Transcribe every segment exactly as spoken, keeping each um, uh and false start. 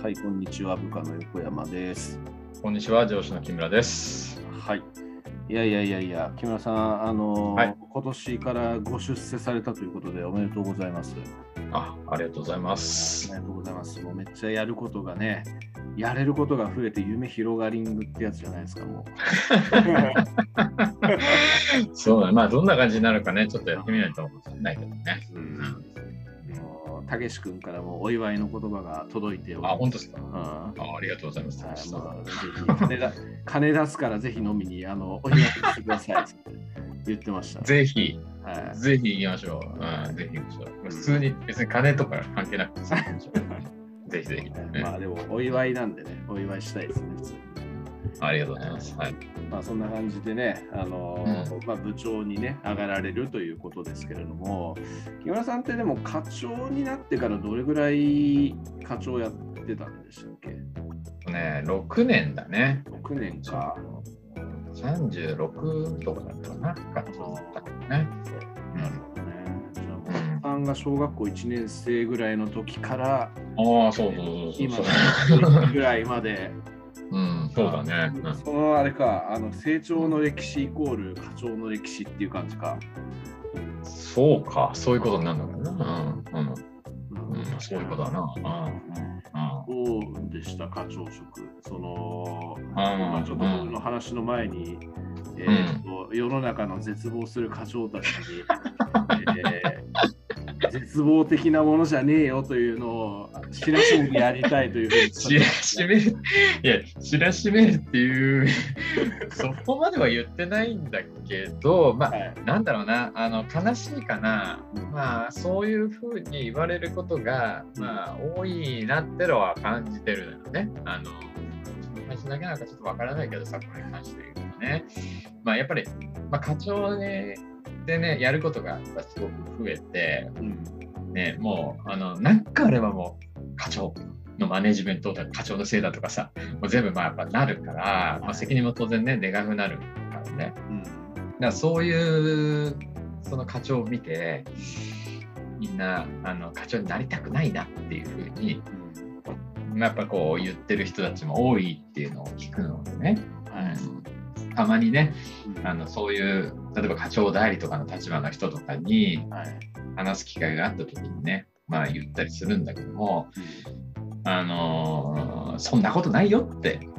はい、こんにちは。部下の横山です。 こんにちは。上司の木村です。 はい。いやいやいやいや、木村さん、あの、はい、今年からご出世されたということでおめでとうございます。 あ、ありがとうございます。 ありがとうございます。もうめっちゃやることがね、やれることが増えて夢広がりんぐってやつじゃないですか、もう。そうだ、まあどんな感じになるかね、ちょっとやってみないとわかんないけどね。うんたけし君からもお祝いの言葉が届いております。 あ、本当ですか。うん、あ, ありがとうございます。はい、 まあ、ぜひ金だ金出すからぜひ飲みにあのお祝いしてくださいって言ってました。 ぜひ、はい、ぜひ行きましょう。うん、ぜひ行きましょう。普通に別に金とか関係なくてぜひぜひ、 ね。まあでもお祝いなんでね、お祝いしたいですね、普通に。 ありがとうございます。はい。 まあそんな感じでね、あのーうんまあ、部長にね上がられるということですけれども、木村さんってでも課長になってからどれぐらい課長やってたんでしたっけ？ ね、ろくねんだね。 ろくねんか。 さんじゅうろくとかだったかな、課長だったからね。 なるほどね。じゃあ、木村さんが小学校いちねん生ぐらいの時から、 ああ、そうそうそうそう。 今のぐらいまで。 うん、そうだね。 うん、そのあれか、あの成長の歴史イコール課長の歴史っていう感じか。 そうか、そういうことになるのかな。うん、うん、うん、そういうことだな。 うん、どうでした課長職？その、まあ、ちょっと僕の話の前に、えーと、世の中の絶望する課長たちに、えー絶望的なものじゃねえよというのを知らしめてやりたいというふうに知らしめるいや知らしめるっていうそこまでは言ってないんだけど、まあ、はい、なんだろうな、あの悲しいかな、まあそういうふうに言われることが、まあ、多いなってのは感じてるのよね。あの話だけなんかちょっとわからないけどさ、これに関して言うとね、まあやっぱり、まあ、課長ねでね、やることがすごく増えて、うんね、もうあのなんかあればもう課長のマネジメントだ課長のせいだとかさ、もう全部まあやっぱなるから、まあ、責任も当然ねでかくなるからね、うん、だからそういうその課長を見てみんなあの課長になりたくないなっていうふうに、うん、やっぱこう言ってる人たちも多いっていうのを聞くのでね、はい、たまにね、あのそういう例えば課長代理とかの立場の人とかに話す機会があった時にね、まあ言ったりするんだけども、うん、あのー、そんなことないよって、ね、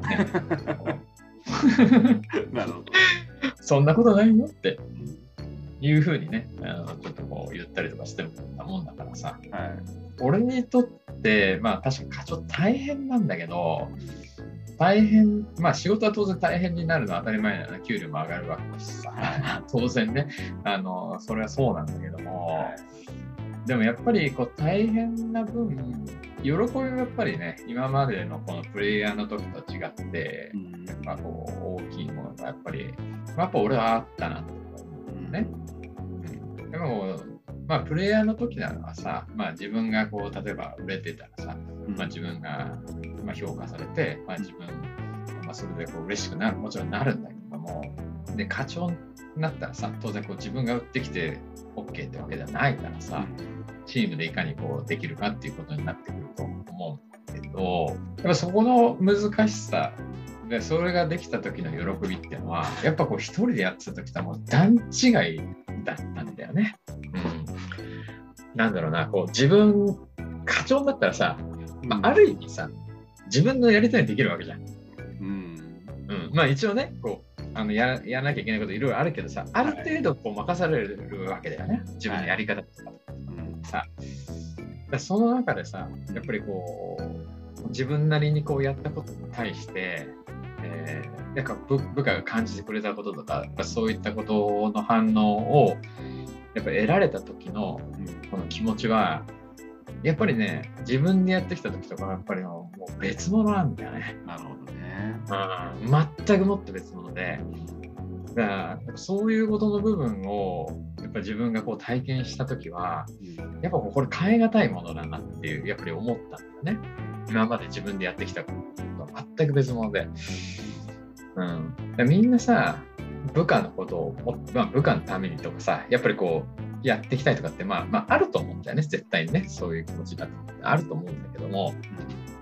なるほど。 そんなことないよっていうふうにね、あのちょっとこう言ったりとかしてるもんだからさ、はい、俺にとってまあ確かに課長大変なんだけど、大変、まあ仕事は当然大変になるのは当たり前だよね。給料も上がるわけだしさ、当然ね、あの、それはそうなんだけども、でもやっぱりこう大変な分、喜びはやっぱりね、今までのこのプレイヤーの時と違って、やっぱこう大きいものがやっぱり、やっぱ俺はあったなと思うね。うん、でも、まあプレイヤーの時なのはさ、まあ自分がこう、例えば売れてたらさ、まあ自分がまあ評価されて、まあ、自分、まあ、それでこう嬉しくなる、もちろんなるんだけども、で課長になったらさ、当然こう自分が売ってきて OK ってわけではないからさ、チームでいかにこうできるかっていうことになってくると思うんだけど、やっぱそこの難しさで、それができた時の喜びっていうのは、やっぱこう一人でやってた時とはもう段違いだったんだよね。うん、なんだろうな、こう自分、課長だったらさ、まあ、ある意味さ、自分のやりたいにできるわけじゃん。うんうん、まあ一応ね、こうあの や, やらなきゃいけないこといろいろあるけどさ、ある程度こう任されるわけだよね、自分のやり方とか、はいうん、さだその中でさ、やっぱりこう自分なりにこうやったことに対して、えー、なんか 部, 部下が感じてくれたこととか、そういったことの反応をやっぱ得られた時のこの気持ちは、やっぱりね、自分でやってきた時とかはやっぱりもう別物なんだよね。 なるほどね。 うん、全くもって別物で、だからそういうことの部分をやっぱり自分がこう体験した時は、やっぱこれ変え難いものだなっていうやっぱり思ったんだよね。今まで自分でやってきたことと全く別物で、うん、だみんなさ、部下のことを、まあ、部下のためにとかさ、やっぱりこうやっていきたいとかって、まあ、まああると思うんだよね、絶対にね、そういう気持ちがあると思うんだけども、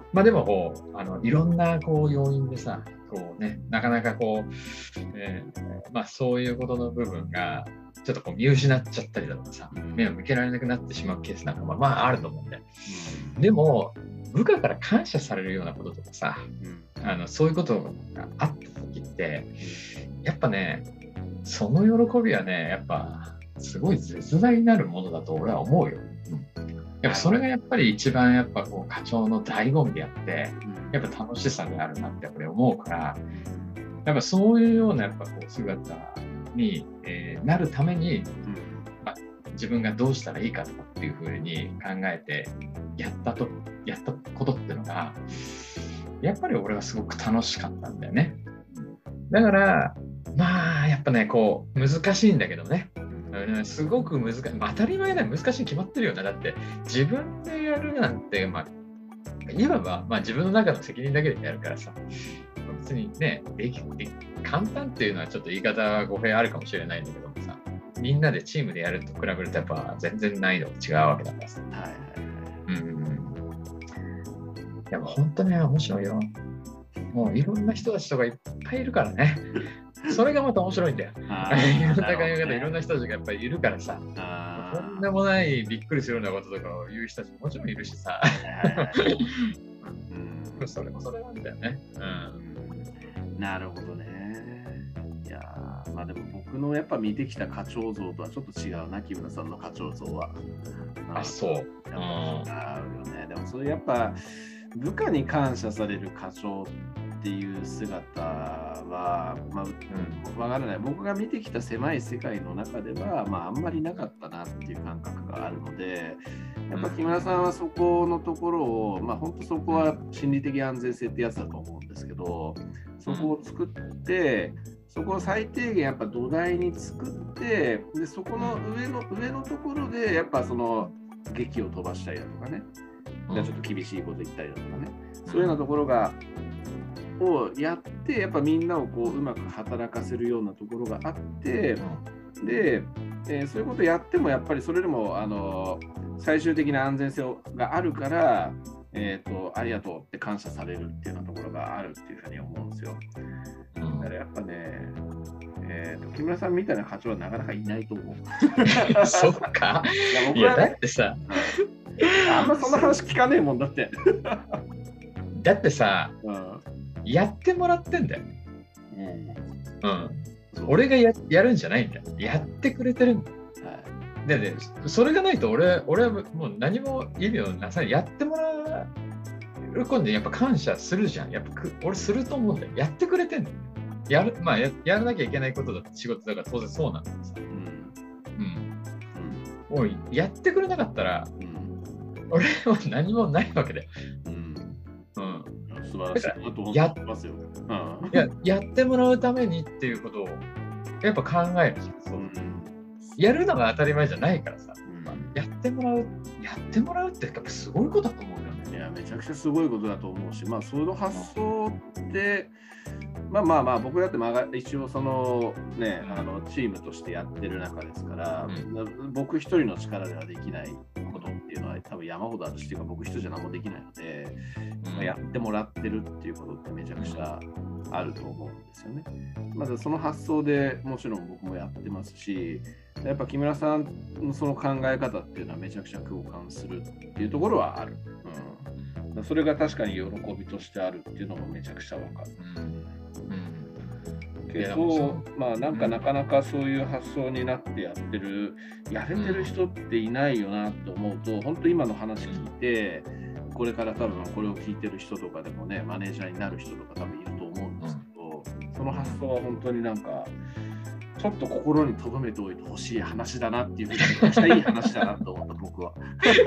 まあでもこうあのいろんなこう要因でさ、こうね、なかなかこう、えー、まあそういうことの部分がちょっとこう見失っちゃったりだとかさ、目を向けられなくなってしまうケースなんかもまああると思うんで、でも部下から感謝されるようなこととかさ、あのそういうことがあった時ってやっぱね、その喜びはね、やっぱすごい絶大になるものだと俺は思うよ。やっぱそれがやっぱり一番やっぱこう課長の醍醐味であって、やっぱ楽しさであるなってやっぱり思うから、やっぱそういうようなやっぱこう姿に、えー、なるために、まあ、自分がどうしたらいいかとかっていうふうに考えてやったとやったことっていうのがやっぱり俺はすごく楽しかったんだよね。だからまあやっぱねこう難しいんだけどね。すごく難しい、まあ、当たり前だよ、難しいに決まってるよね。だって自分でやるなんて、まあ、いわば、まあ、自分の中の責任だけでやるからさ、別にね、できで簡単っていうのはちょっと言い方は語弊あるかもしれないんだけどもさ、みんなでチームでやると比べるとやっぱ全然難易度が違うわけだからさ。はいはいはい。うん。でも本当ね、面白いよ。もういろんな人たちとかいっぱいいるからね。それがまた面白いんだよ。いろんな考え方、いろんな人たちがやっぱりいるからさ、とんでもないびっくりするようなこととかを言う人たちももちろんいるしさ、うん、それもそれなんだよね。 うん、なるほどね。いやまあでも僕のやっぱ見てきた課長像とはちょっと違うな、木村さんの課長像は。 あ、そう。やっぱ違うよね。でもそれやっぱ部下に感謝される課長っていう姿は、まあ、うん、わからない。僕が見てきた狭い世界の中では、まあ、あんまりなかったなっていう感覚があるので、やっぱ木村さんはそこのところを、まあ、本当そこは心理的安全性ってやつだと思うんですけど、そこを作って、そこを最低限やっぱ土台に作って、でそこの上の上のところで、やっぱその劇を飛ばしたりだとかね、ちょっと厳しいこと言ったりだとかね、そういうようなところが、をやってやっぱみんなをこううまく働かせるようなところがあってで、えー、そういうことやってもやっぱりそれでもあの最終的な安全性があるから、えーと、ありがとうって感謝されるっていうようなところがあるっていうふうに思うんですよ。だからやっぱね、えーと、木村さんみたいな課長はなかなかいないと思う。 そうか。いや、僕は、ね、いやだってさ、 あんまそんな話聞かねえもんだって。 だってさ、うんやってもらってんだよ。うん。うん、俺が や, やるんじゃないんだよ。やってくれてるんだよ。はい、でね、それがないと俺俺はもう何も意味をなさない。やってもらう今度やっぱ感謝するじゃん。やっぱ俺すると思うんだよ。やってくれてんだよ。やる、まあや、やらなきゃいけないことだって仕事だから当然そうなんだけどさ。うん。うん。もうやってくれなかったら、うん、俺は何もないわけだよ。うん。うん。 素晴らしいなと思ってますよ。 うん、や, やってもらうためにっていうことをやっぱ考えるじゃん。そう、うん、やるのが当たり前じゃないからさ、うんまあ、やってもらうやってもらうってやっぱすごいことだと思うよね。 いやめちゃくちゃすごいことだと思うし、まあその発想ってまあまあまあ僕だって一応そのねあのチームとしてやってる中ですから、うん、僕一人の力ではできないことっていうのは多分山ほどあるしっていうか僕一人じゃ何もできないので、うん、やってもらってるっていうことってめちゃくちゃあると思うんですよね。まずその発想でもちろん僕もやってますし、やっぱ木村さんのその考え方っていうのはめちゃくちゃ共感するっていうところはある。うん、それが確かに喜びとしてあるっていうのもめちゃくちゃわかる。うんけど、まあなんかなかなかそういう発想になってやってる、やれてる人っていないよなと思うと、本当今の話聞いて、これから多分これを聞いてる人とかでもね、マネージャーになる人とか多分いると思うんですけど、その発想は本当になんか、ちょっと心に留めておいてほしい話だなっていうふうに、めちゃくちゃいい話だなと思った、僕は。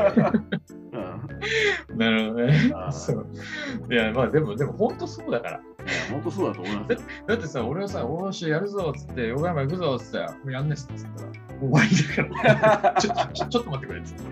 うん、なるほどね。そういや、まあでも、でも本当そうだから。 本当そうだと思います。 だってさ、俺はさ、おーし、やるぞっつって、横山行くぞっつって、もうやんねっつったら、終わりだからちょちょ。ちょっと待ってくれっつって。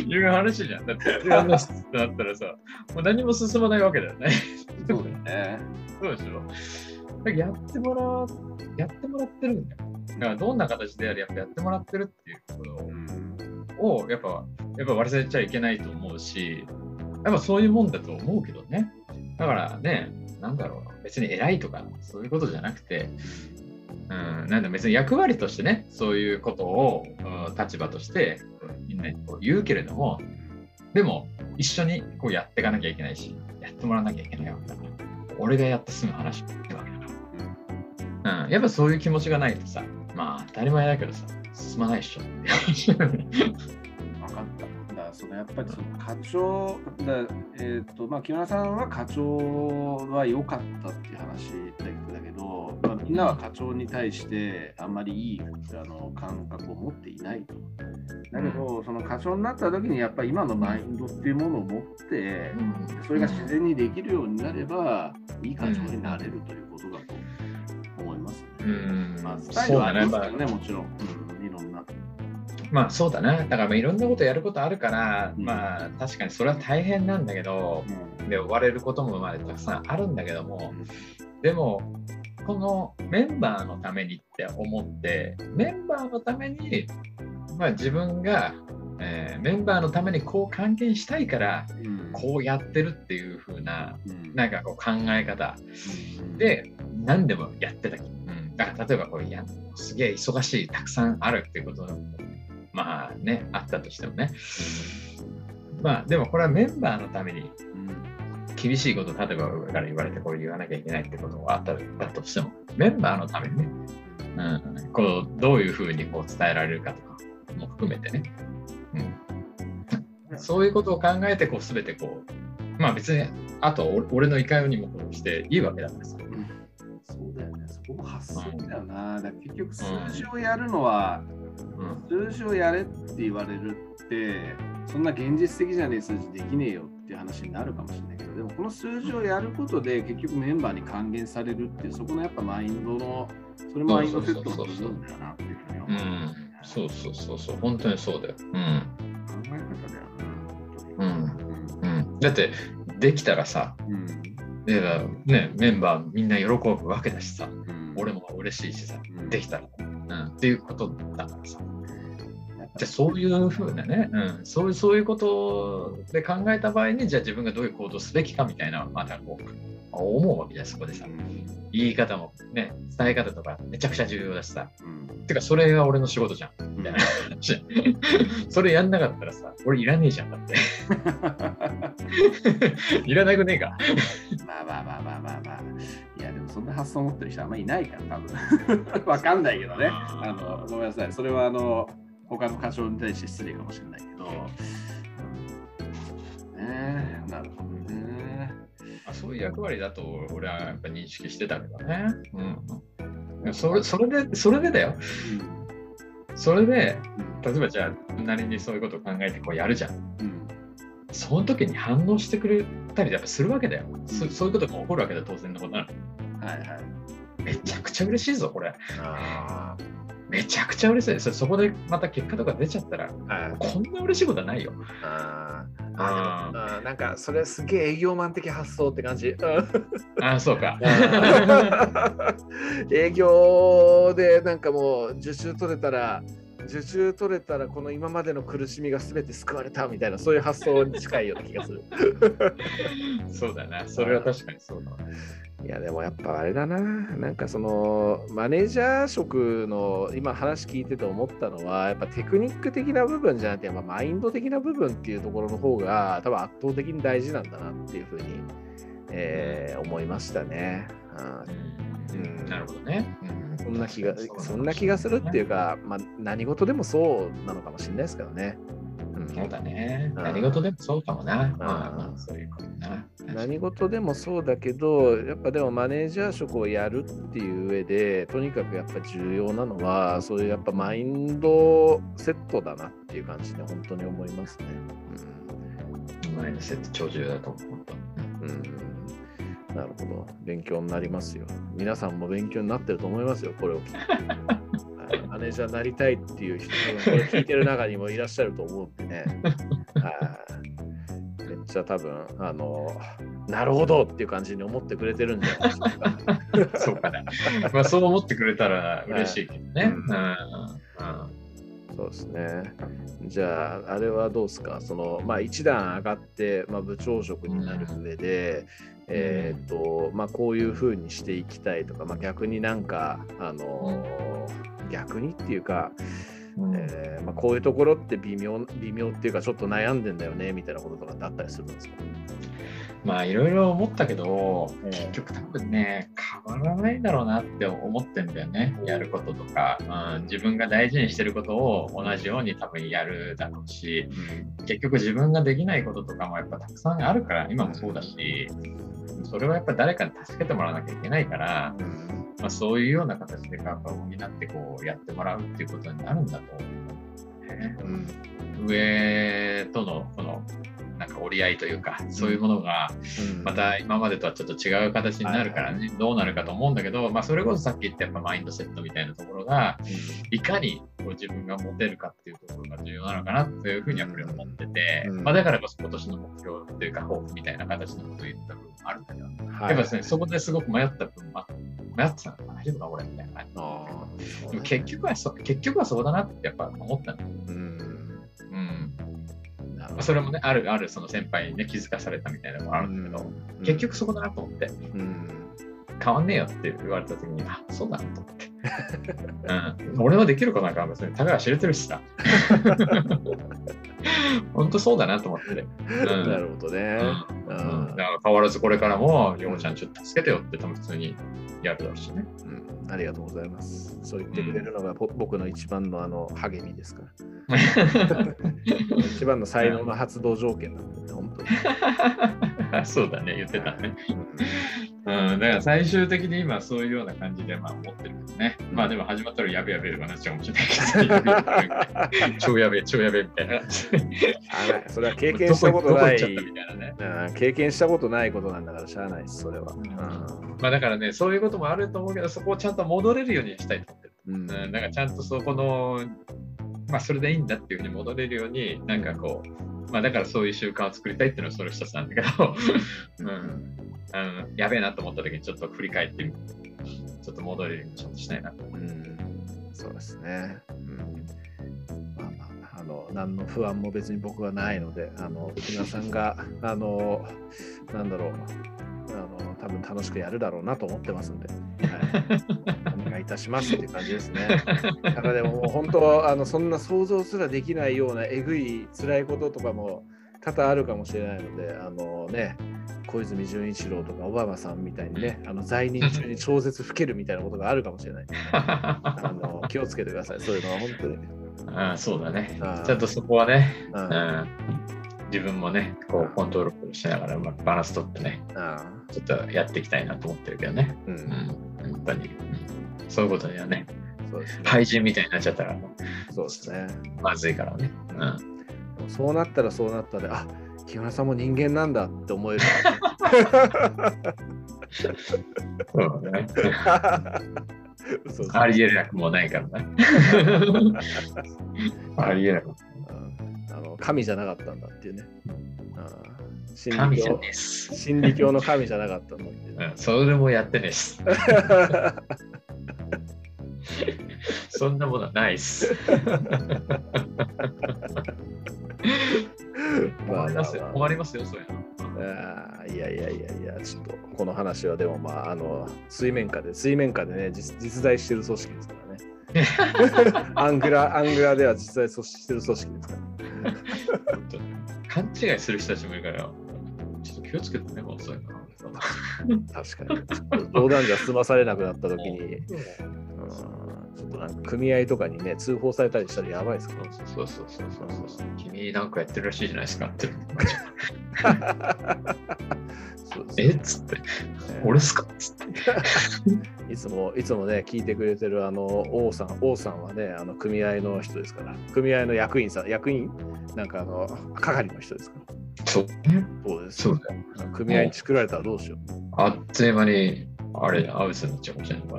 いう話じゃん。だって、やんねっつってなったらさ、もう何も進まないわけだよね。 そうだよね。 そうでしょ。だからやってもらう、やってもらってるんだよ。だからどんな形であれやっぱやってもらってるっていうことを、やっぱ、やっぱ忘れちゃいけないと思うし、 やっぱそういうもんだと思うけどね。だからね、なんだろう、別に偉いとかそういうことじゃなくて、うん、なんだ別に役割としてね、そういうことを、うん、立場としてみんなにこう言うけれども、でも一緒にこうやっていかなきゃいけないし、やってもらわなきゃいけないわけだから、俺がやって済む話ってわけだから、うん、やっぱそういう気持ちがないとさ、まあ当たり前だけどさ、進まないっしょって話。 分かった。だからそのやっぱりその課長だ、えっとまあ木村さんは課長は良かったっていう話だけど、まあ、みんなは課長に対してあんまりいいあの感覚を持っていないと。だけど、その課長になった時にやっぱり今のマインドっていうものを持って、それが自然にできるようになれば、いい課長になれるということだと思いますね。 うんまあ、スタイルはありますけどね、もちろん、うん、いろんな。 まあそうだな。だからまあいろんなことやることあるから、うん、まあ確かにそれは大変なんだけど、うん、で追われることもまあたくさんあるんだけども、うん、でもこのメンバーのためにって思って、メンバーのために、まあ、自分が、えー、メンバーのためにこう還元したいから、うん、こうやってるっていう風な、うん、なんかこう考え方、うん、で何でもやってた、うん、だから例えばこうやすげえ忙しいたくさんあるっていうことまあねあったとしてもね、まあでもこれはメンバーのために厳しいこと例えば上から言われてこう言わなきゃいけないってことがあったとしてもメンバーのためにね、うん、こうどういうふうにこう伝えられるかとかも含めてね、うん、そういうことを考えてこう全てこうまあ別にあとは俺のいかようにもこうしていいわけだからさ、うん、 そうだよねそこも発想だよな、うん、だ結局数字をやるのは、うん、数字をやれって言われるってそんな現実的じゃねえ数字できねえよっていう話になるかもしれないけどでもこの数字をやることで結局メンバーに還元されるっていうそこのやっぱマインドのそれもマインドセットの部分だなっていうふうに思う。 そうそうそうそう本当にそうだよ。うん。考え方だよな。うん。うん。だってできたらさ、うん、でねメンバーみんな喜ぶわけだしさ、うん、俺も嬉しいしさ、うん、できたら、うん、っていうことだからさ。じゃあそういうふうなね、うん、そういうそういうことで考えた場合にじゃあ自分がどういう行動すべきかみたいなまたこう思うわけじゃんそこでさ、うん、言い方もね伝え方とかめちゃくちゃ重要だしさ、うん、てかそれが俺の仕事じゃんみたいな話、うん、それやんなかったらさ俺いらねえじゃんだっていらなくねえかまあまあまあまあまあまあいやでもそんな発想を持ってる人あんまりいないから多分わかんないけどねあのごめんなさいそれはあの他の課長に対して失礼かもしれないけど、ね、なるほどね。 そういう役割だと俺はやっぱ認識してたけどね。うん、それそれでそれでだよ。うん、それで例えばじゃあなりにそういうことを考えてこうやるじゃん。うん、その時に反応してくれたりやっぱするわけだよ。うん、そ, そういうことが起こるわけだ当然のことなの。はいはい。めちゃくちゃ嬉しいぞこれ。あめちゃくちゃ嬉しいです。そこでまた結果とか出ちゃったら、こんな嬉しいことはないよ。 あああなんかそれすげえ営業マン的発想って感じ。 ああそうか。 営業でなんかもう受注取れたら受注取れたらこの今までの苦しみが全て救われたみたいなそういう発想に近いような気がする。 そうだな。それは確かにそうだ。 いやでもやっぱあれだななんかそのマネージャー職の今話聞いてて思ったのはやっぱテクニック的な部分じゃなくてやっぱマインド的な部分っていうところの方が多分圧倒的に大事なんだなっていうふうに、えー、思いましたね。 うん、なるほどね。 そんな気がそんな気がするっていうか、まあ、何事でもそうなのかもしれないですけどね。 そうだね。何事でもそうかもな。まあ、そういうことな。 何事でもそうだけど、やっぱでもマネージャー職をやるっていう上で、とにかくやっぱ重要なのは、そういうやっぱマインドセットだなっていう感じで本当に思いますね。 うん、マインドセット超重要だと思った。うん。 なるほど。勉強になりますよ。皆さんも勉強になってると思いますよ、これを聞いて。マネージャーになりたいっていう人がこれ聞いてる中にもいらっしゃると思うんでね。めっちゃ多分あのなるほどっていう感じに思ってくれてるんじゃないでしょうか。 そうかな。まあそう思ってくれたら嬉しいけどね。うんうんそそうですね。じゃあ、あれはどうですか、その、まあ、一段上がって、まあ、部長職になる上で、うん、えーっと、まあ、こういうふうにしていきたいとか、まあ、逆になんか、あの、うん、逆にっていうか、うんえーまあ、こういうところって微妙、微妙っていうか、ちょっと悩んでんだよね、みたいなこととかってあったりするんですか？ まあいろいろ思ったけど、結局多分ね、変わらないだろうなって思ってんだよね。やることとか、うん、自分が大事にしてることを同じように多分やるだろうし、うん、結局自分ができないこととかもやっぱたくさんあるから、今もそうだし、それはやっぱ誰かに助けてもらわなきゃいけないから、まあ、そういうような形でカーパを補ってこうやってもらうっていうことになるんだと思う、ねうん、上とのこのなんか折り合いというか、そういうものがまた今までとはちょっと違う形になるからね、うん、どうなるかと思うんだけど、まあ、それこそさっき言ったやっぱマインドセットみたいなところが、うん、いかにこう自分が持てるかっていうところが重要なのかなというふうにやっぱり思ってて、うんまあ、だからこそ今年の目標というか抱負みたいな形のことを言った部分もあるんだけど、はい、やっぱですね、そこですごく迷った部分も迷ってたのか大丈夫か俺みたいな感じ、あでも結局はそ結局はそうだなってやっぱ思ったんだよ、うんうんそれもね、あるあるその先輩にね気づかされたみたいなのもあるんだけど、うん、結局そこだなと思って、うん、変わんねえよって言われた時に、あ、そうだなと思って、うん、俺はできることなんか別にたかが知れてるしさ本当そうだなと思って、うん、 なるほどね、 うんうん、だから変わらずこれからもヨモちゃんちょっと助けてよって多分普通にやるだろうしね、 うん、ありがとうございます。そう言ってくれるのが、うん、僕の一番のあの励みですから一番の才能の発動条件なんでね、本当にそうだね、言ってたね、うん、だから最終的に今そういうような感じでまあ思ってるけどね、うん、まあでも始まったらやべやべとかなっちゃうかもしれないけど超やべ超やべみたいなあそれは経験したことない、ねうん、経験したことないことなんだからしゃあないです、それは、うんうんまあ、だからね、そういうこともあると思うけど、そこをちゃんと戻れるようにしたいと思ってる、うん、だからちゃんとそこのまあそれでいいんだっていうふうに戻れるようになんかこうまあだからそういう習慣を作りたいっていうのはそれ一つなんだけど、うん、あのやべえなと思った時にちょっと振り返ってみる、ちょっと戻れるようにちょっとしたいなと思います、うん、 そうですね、うんまあまあ、あの何の不安も別に僕はないので、あの木村さんがあのなんだろうあの多分楽しくやるだろうなと思ってますんで、はい、お願いいたしますっていう感じですね。だからでももう本当あのそんな想像すらできないようなえぐい辛いこととかも多々あるかもしれないので、あのね小泉純一郎とかオバマさんみたいにね、あの在任中に超絶吹けるみたいなことがあるかもしれない。あの気をつけてください。そういうのは本当に。 ああそうだね。ちゃんとそこはね。うん自分もね、こうコントロールしながらうまくバランス取ってね、ちょっとやっていきたいなと思ってるけどね。うん。うん、本当に、うん。そういうことにはね、そうですね廃人みたいになっちゃったら、 そうですね。 まずいからね。 うん。そうなったらそうなったら、あ、木村さんも人間なんだって思える。 そうね。そうそうありえなくもないからね。ありえなくも。 あの神じゃなかったんだっていうね。 心神じゃねえす。 心理教の神じゃなかったんだっていう、 ねうん。それもやってねえす。そんなものはないっす。困りますよ、困りますよ、そういうの。 いやいやいやいや、ちょっとこの話はでもまあ、あの水面下で、水面下でね、実, 実在してる組織ですからね。アングラ、アングラでは実在してる組織ですから。 勘違いする人たちもいるから、ちょっと気をつけてね、もうそういうの。 確かに。冗談じゃ済まされなくなったときに、うん、ちょっとなんか組合とかにね、通報されたりしたらやばいですから。 そうそうそうそうそう。君なんかやってるらしいじゃないですかって。そうそうえっつって、ね、俺っすかっつって。 いつも、いつもね、聞いてくれてるあの王さん、王さんはね、あの組合の人ですから、組合の役員さん、役員なんかあの係の人ですから。 そうそうです。そうだよ。組合に作られたらどうしよう。 あっという間に、あれ、アウスになっちゃうかもしれないから。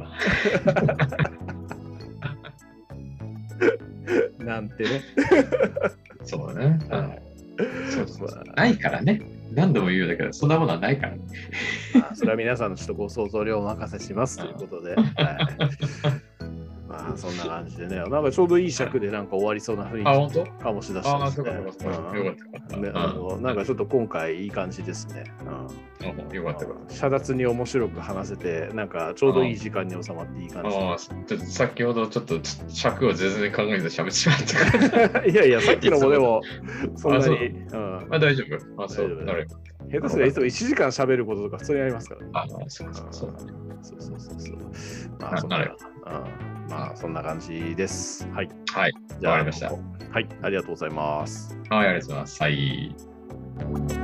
なんてね。 そうだね。そうそうそう。ないからね。何度も言うようだけど、そんなものはないから、ね。 まあ、それは皆さんのちょっとご想像量をお任せしますということで。はい、ままあそんな感じでね、なんかちょうどいい尺でなんか終わりそうな雰囲気かもしれないですね。 あ、そうかそうかそうか。よかったね。 あのなんかちょっと今回いい感じですね。 うん、よかったよかった。 遮奪に面白く話せて、なんかちょうどいい時間に収まっていい感じ。 ああ、ちょっと先ほどちょっと尺を全然考えず喋ってしまったから。 いやいや、さっきのもでもそんなに。 うん、あ、大丈夫。あ、そう。なるほど。 下手すりゃいつもいちじかん喋ることとか普通にありますからね。 あ、そうそうそう。 そうそうそうそう。まあそんな、まあそんな感じです。はい。 はい。じゃあ、わかりました。 はい、ありがとうございます。 はい、ありがとうございます。はい。